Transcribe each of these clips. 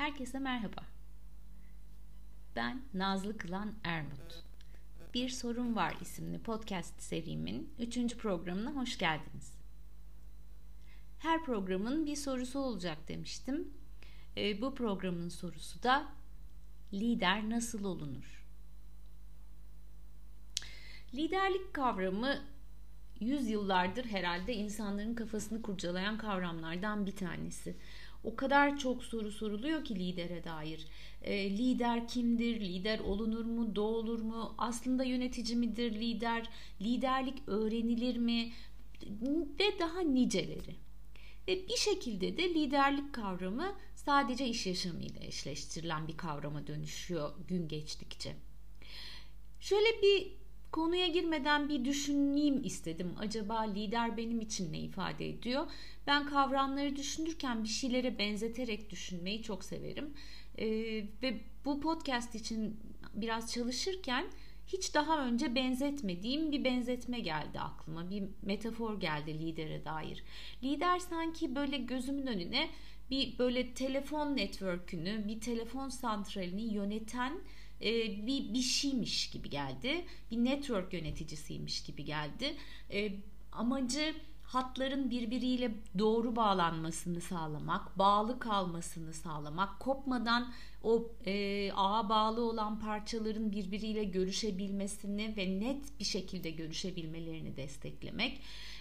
Herkese merhaba. Ben Nazlı Kılan Ermut. Bir Sorun Var isimli podcast serimin 3. programına hoş geldiniz. Her programın bir sorusu olacak demiştim. Bu programın sorusu da lider nasıl olunur? Liderlik kavramı yüzyıllardır herhalde insanların kafasını kurcalayan kavramlardan bir tanesi. O kadar çok soru soruluyor ki lidere dair. Lider kimdir? Lider olunur mu? Doğulur mu? Aslında yönetici midir lider? Liderlik öğrenilir mi? Ve daha niceleri. Ve bir şekilde de liderlik kavramı sadece iş yaşamıyla eşleştirilen bir kavrama dönüşüyor gün geçtikçe. Şöyle bir konuya girmeden bir düşüneyim istedim. Acaba lider benim için ne ifade ediyor? Ben kavramları düşünürken bir şeylere benzeterek düşünmeyi çok severim. Ve bu podcast için biraz çalışırken hiç daha önce benzetmediğim bir benzetme geldi aklıma. Bir metafor geldi lidere dair. Lider sanki böyle gözümün önüne bir böyle telefon network'ünü, bir telefon santralini yöneten bir şeymiş gibi geldi. Bir network yöneticisiymiş gibi geldi. Amacı hatların birbiriyle doğru bağlanmasını sağlamak, bağlı kalmasını sağlamak, kopmadan o ağa bağlı olan parçaların birbiriyle görüşebilmesini ve net bir şekilde görüşebilmelerini desteklemek.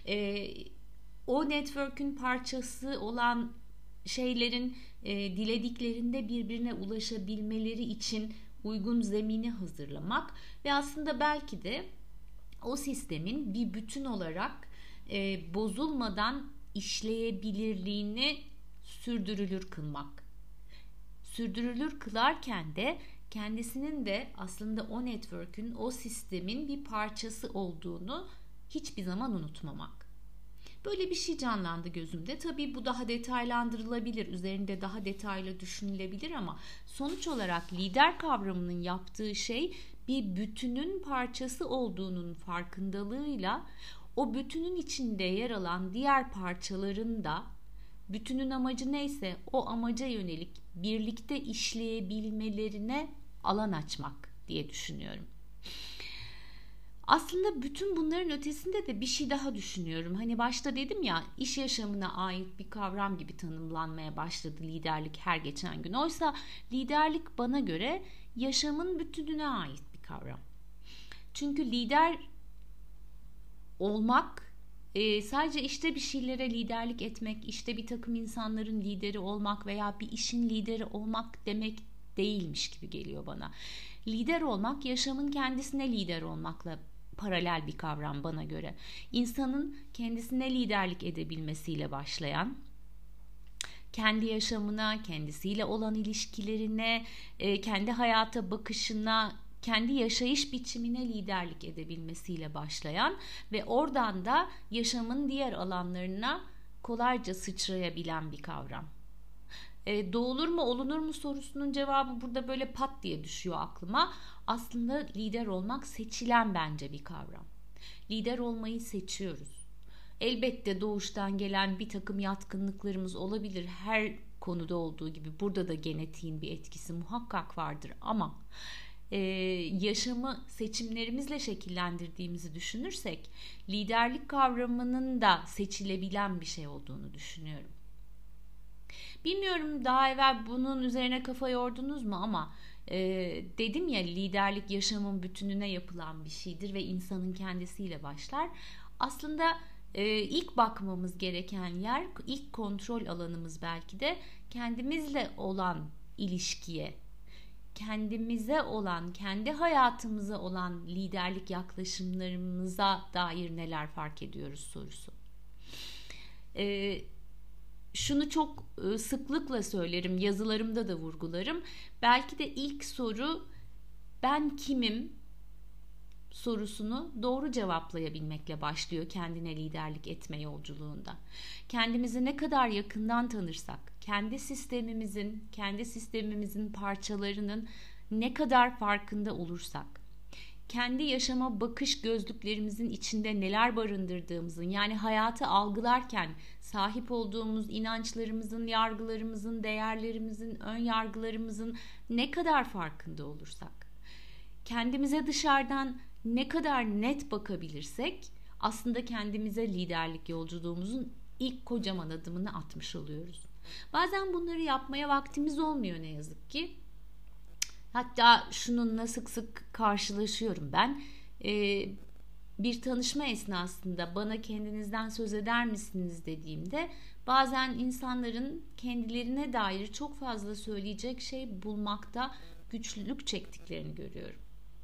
O network'ün parçası olan şeylerin dilediklerinde birbirine ulaşabilmeleri için uygun zemini hazırlamak ve aslında belki de o sistemin bir bütün olarak bozulmadan işleyebilirliğini sürdürülür kılmak. Sürdürülür kılarken de kendisinin de aslında o network'ün, o sistemin bir parçası olduğunu hiçbir zaman unutmamak. Böyle bir şey canlandı gözümde. Tabii bu daha detaylandırılabilir, üzerinde daha detaylı düşünülebilir ama sonuç olarak lider kavramının yaptığı şey bir bütünün parçası olduğunun farkındalığıyla o bütünün içinde yer alan diğer parçaların da bütünün amacı neyse o amaca yönelik birlikte işleyebilmelerine alan açmak diye düşünüyorum. Aslında bütün bunların ötesinde de bir şey daha düşünüyorum. Hani başta dedim ya, iş yaşamına ait bir kavram gibi tanımlanmaya başladı liderlik her geçen gün. Oysa liderlik bana göre yaşamın bütününe ait bir kavram. Çünkü lider olmak sadece işte bir şeylere liderlik etmek, işte bir takım insanların lideri olmak veya bir işin lideri olmak demek değilmiş gibi geliyor bana. Lider olmak yaşamın kendisine lider olmakla paralel bir kavram bana göre. İnsanın kendisine liderlik edebilmesiyle başlayan, kendi yaşamına, kendisiyle olan ilişkilerine, kendi hayata bakışına, kendi yaşayış biçimine liderlik edebilmesiyle başlayan ve oradan da yaşamın diğer alanlarına kolayca sıçrayabilen bir kavram. Doğulur mu olunur mu sorusunun cevabı burada böyle pat diye düşüyor aklıma. Aslında lider olmak seçilen bence bir kavram. Lider olmayı seçiyoruz. Elbette doğuştan gelen bir takım yatkınlıklarımız olabilir. Her konuda olduğu gibi burada da genetiğin bir etkisi muhakkak vardır ama yaşamı seçimlerimizle şekillendirdiğimizi düşünürsek liderlik kavramının da seçilebilen bir şey olduğunu düşünüyorum. Bilmiyorum daha evvel bunun üzerine kafa yordunuz mu ama dedim ya, liderlik yaşamın bütününe yapılan bir şeydir ve insanın kendisiyle başlar. Aslında ilk bakmamız gereken yer, ilk kontrol alanımız belki de kendimizle olan ilişkiye, kendimize olan, kendi hayatımıza olan liderlik yaklaşımlarımıza dair neler fark ediyoruz sorusu. Şunu çok sıklıkla söylerim, yazılarımda da vurgularım. Belki de ilk soru ben kimim sorusunu doğru cevaplayabilmekle başlıyor kendine liderlik etme yolculuğunda. Kendimizi ne kadar yakından tanırsak, kendi sistemimizin parçalarının ne kadar farkında olursak, kendi yaşama bakış gözlüklerimizin içinde neler barındırdığımızın, yani hayatı algılarken sahip olduğumuz inançlarımızın, yargılarımızın, değerlerimizin, ön yargılarımızın ne kadar farkında olursak, kendimize dışarıdan ne kadar net bakabilirsek aslında kendimize liderlik yolculuğumuzun ilk kocaman adımını atmış oluyoruz. Bazen bunları yapmaya vaktimiz olmuyor ne yazık ki. Hatta şununla sık sık karşılaşıyorum ben. Bir tanışma esnasında bana kendinizden söz eder misiniz dediğimde bazen insanların kendilerine dair çok fazla söyleyecek şey bulmakta güçlülük çektiklerini görüyorum.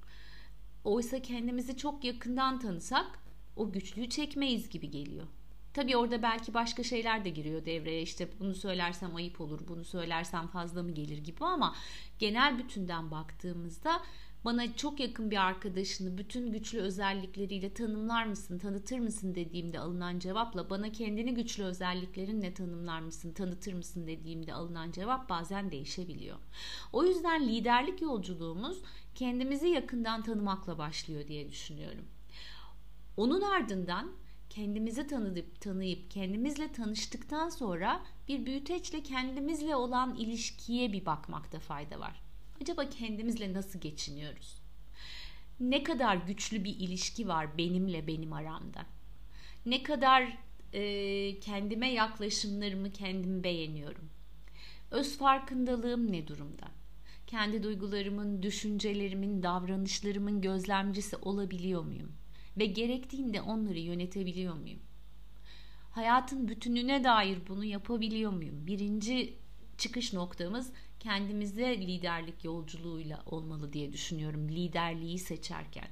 Oysa kendimizi çok yakından tanısak o güçlüğü çekmeyiz gibi geliyor. Tabii orada belki başka şeyler de giriyor devreye. İşte bunu söylersem ayıp olur, bunu söylersem fazla mı gelir gibi, ama genel bütünden baktığımızda bana çok yakın bir arkadaşını bütün güçlü özellikleriyle tanımlar mısın, tanıtır mısın dediğimde alınan cevapla bana kendini güçlü özelliklerinle tanımlar mısın, tanıtır mısın dediğimde alınan cevap bazen değişebiliyor. O yüzden liderlik yolculuğumuz kendimizi yakından tanımakla başlıyor diye düşünüyorum. Onun ardından kendimizi tanıyıp kendimizle tanıştıktan sonra bir büyüteçle kendimizle olan ilişkiye bir bakmakta fayda var. Acaba kendimizle nasıl geçiniyoruz? Ne kadar güçlü bir ilişki var benimle benim aramda? Ne kadar kendime yaklaşımlarımı kendim beğeniyorum? Öz farkındalığım ne durumda? Kendi duygularımın, düşüncelerimin, davranışlarımın gözlemcisi olabiliyor muyum? Ve gerektiğinde onları yönetebiliyor muyum? Hayatın bütününe dair bunu yapabiliyor muyum? Birinci çıkış noktamız kendimize liderlik yolculuğuyla olmalı diye düşünüyorum liderliği seçerken.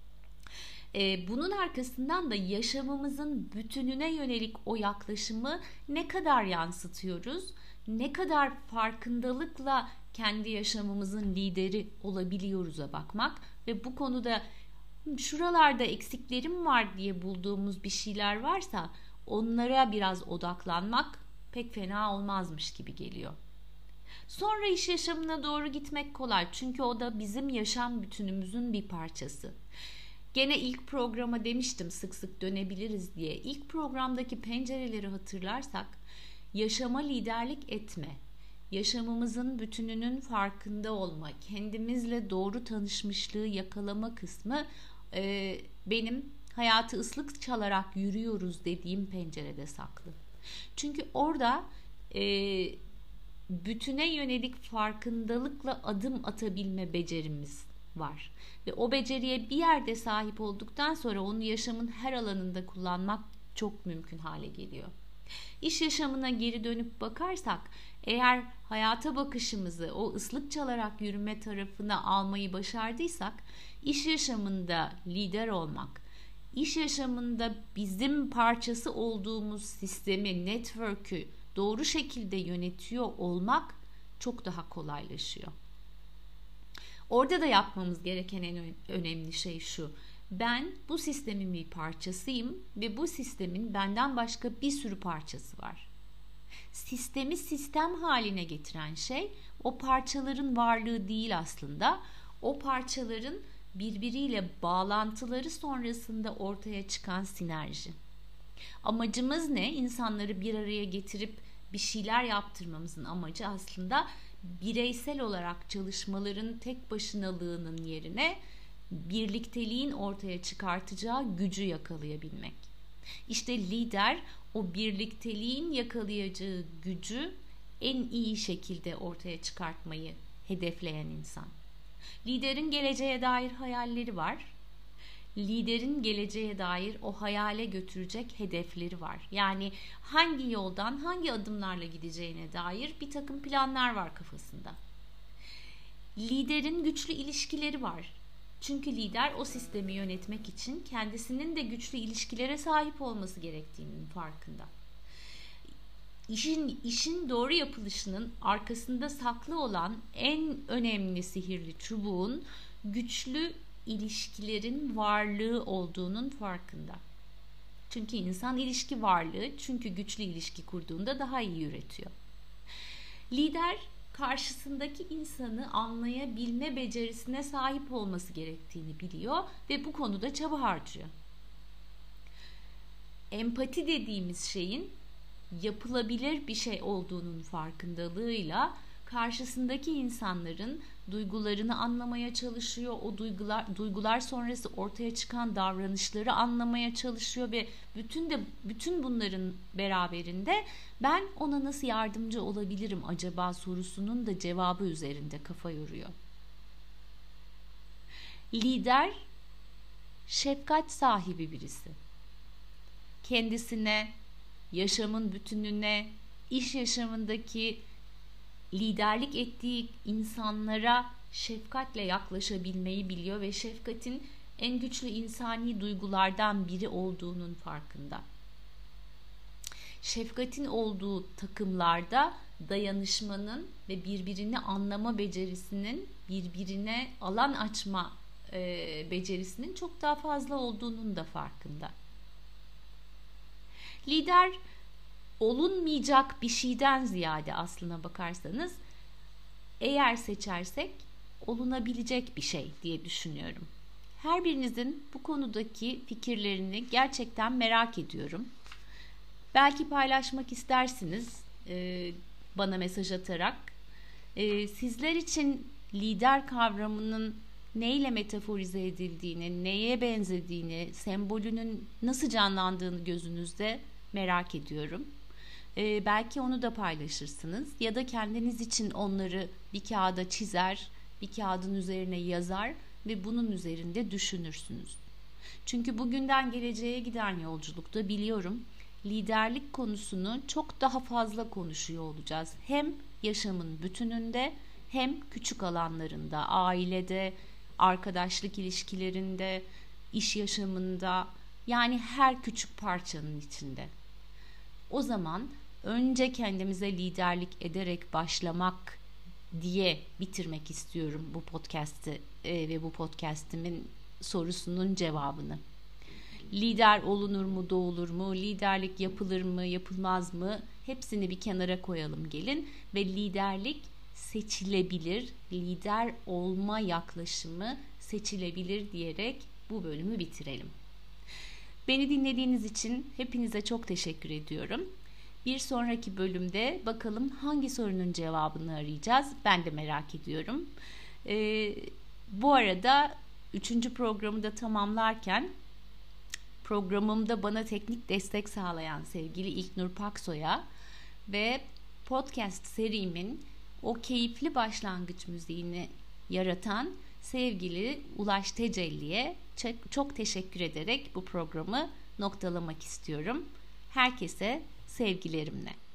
Bunun arkasından da yaşamımızın bütününe yönelik o yaklaşımı ne kadar yansıtıyoruz? Ne kadar farkındalıkla kendi yaşamımızın lideri olabiliyoruz'a bakmak ve bu konuda şuralarda eksiklerim var diye bulduğumuz bir şeyler varsa onlara biraz odaklanmak pek fena olmazmış gibi geliyor. Sonra iş yaşamına doğru gitmek kolay. Çünkü o da bizim yaşam bütünümüzün bir parçası. Gene ilk programa demiştim sık sık dönebiliriz diye. İlk programdaki pencereleri hatırlarsak yaşama liderlik etme, yaşamımızın bütününün farkında olma, kendimizle doğru tanışmışlığı yakalama kısmı benim hayatı ıslık çalarak yürüyoruz dediğim pencerede saklı. Çünkü orada bütüne yönelik farkındalıkla adım atabilme becerimiz var. Ve o beceriye bir yerde sahip olduktan sonra onu yaşamın her alanında kullanmak çok mümkün hale geliyor. İş yaşamına geri dönüp bakarsak, eğer hayata bakışımızı o ıslık çalarak yürüme tarafına almayı başardıysak, iş yaşamında lider olmak, iş yaşamında bizim parçası olduğumuz sistemi, network'ü doğru şekilde yönetiyor olmak çok daha kolaylaşıyor. Orada da yapmamız gereken en önemli şey şu: ben bu sistemin bir parçasıyım ve bu sistemin benden başka bir sürü parçası var. Sistemi sistem haline getiren şey o parçaların varlığı değil aslında. O parçaların birbiriyle bağlantıları sonrasında ortaya çıkan sinerji. Amacımız ne? İnsanları bir araya getirip bir şeyler yaptırmamızın amacı aslında bireysel olarak çalışmaların tek başınalığının yerine birlikteliğin ortaya çıkartacağı gücü yakalayabilmek. İşte lider o birlikteliğin yakalayacağı gücü en iyi şekilde ortaya çıkartmayı hedefleyen insan. Liderin geleceğe dair hayalleri var. Liderin geleceğe dair o hayale götürecek hedefleri var. Yani hangi yoldan, hangi adımlarla gideceğine dair bir takım planlar var kafasında. Liderin güçlü ilişkileri var. Çünkü lider o sistemi yönetmek için kendisinin de güçlü ilişkilere sahip olması gerektiğinin farkında. İşin doğru yapılışının arkasında saklı olan en önemli sihirli çubuğun güçlü ilişkilerin varlığı olduğunun farkında. Çünkü insan ilişki varlığı, çünkü güçlü ilişki kurduğunda daha iyi üretiyor. Lider karşısındaki insanı anlayabilme becerisine sahip olması gerektiğini biliyor ve bu konuda çaba harcıyor. Empati dediğimiz şeyin yapılabilir bir şey olduğunun farkındalığıyla karşısındaki insanların duygularını anlamaya çalışıyor. O duygular sonrası ortaya çıkan davranışları anlamaya çalışıyor ve bütün bunların beraberinde ben ona nasıl yardımcı olabilirim acaba sorusunun da cevabı üzerinde kafa yoruyor. Lider şefkat sahibi birisi. Kendisine, yaşamın bütününe, iş yaşamındaki liderlik ettiği insanlara şefkatle yaklaşabilmeyi biliyor ve şefkatin en güçlü insani duygulardan biri olduğunun farkında. Şefkatin olduğu takımlarda dayanışmanın ve birbirini anlama becerisinin, birbirine alan açma becerisinin çok daha fazla olduğunun da farkında. Lider olunmayacak bir şeyden ziyade aslına bakarsanız eğer seçersek olunabilecek bir şey diye düşünüyorum. Her birinizin bu konudaki fikirlerini gerçekten merak ediyorum. Belki paylaşmak istersiniz bana mesaj atarak. Sizler için lider kavramının neyle metaforize edildiğini, neye benzediğini, sembolünün nasıl canlandığını gözünüzde merak ediyorum. Belki onu da paylaşırsınız ya da kendiniz için onları bir kağıda çizer, bir kağıdın üzerine yazar ve bunun üzerinde düşünürsünüz. Çünkü bugünden geleceğe giden yolculukta biliyorum liderlik konusunu çok daha fazla konuşuyor olacağız. Hem yaşamın bütününde hem küçük alanlarında, ailede, arkadaşlık ilişkilerinde, iş yaşamında, yani her küçük parçanın içinde. O zaman önce kendimize liderlik ederek başlamak diye bitirmek istiyorum bu podcast'i ve bu podcast'imin sorusunun cevabını. Lider olunur mu, doğulur mu? Liderlik yapılır mı, yapılmaz mı? Hepsini bir kenara koyalım gelin ve liderlik seçilebilir, lider olma yaklaşımı seçilebilir diyerek bu bölümü bitirelim. Beni dinlediğiniz için hepinize çok teşekkür ediyorum. Bir sonraki bölümde bakalım hangi sorunun cevabını arayacağız. Ben de merak ediyorum. Bu arada 3. programı da tamamlarken programımda bana teknik destek sağlayan sevgili İlknur Paksoy'a ve podcast serimin o keyifli başlangıç müziğini yaratan sevgili Ulaş Tecelli'ye çok teşekkür ederek bu programı noktalamak istiyorum. Herkese sevgilerimle.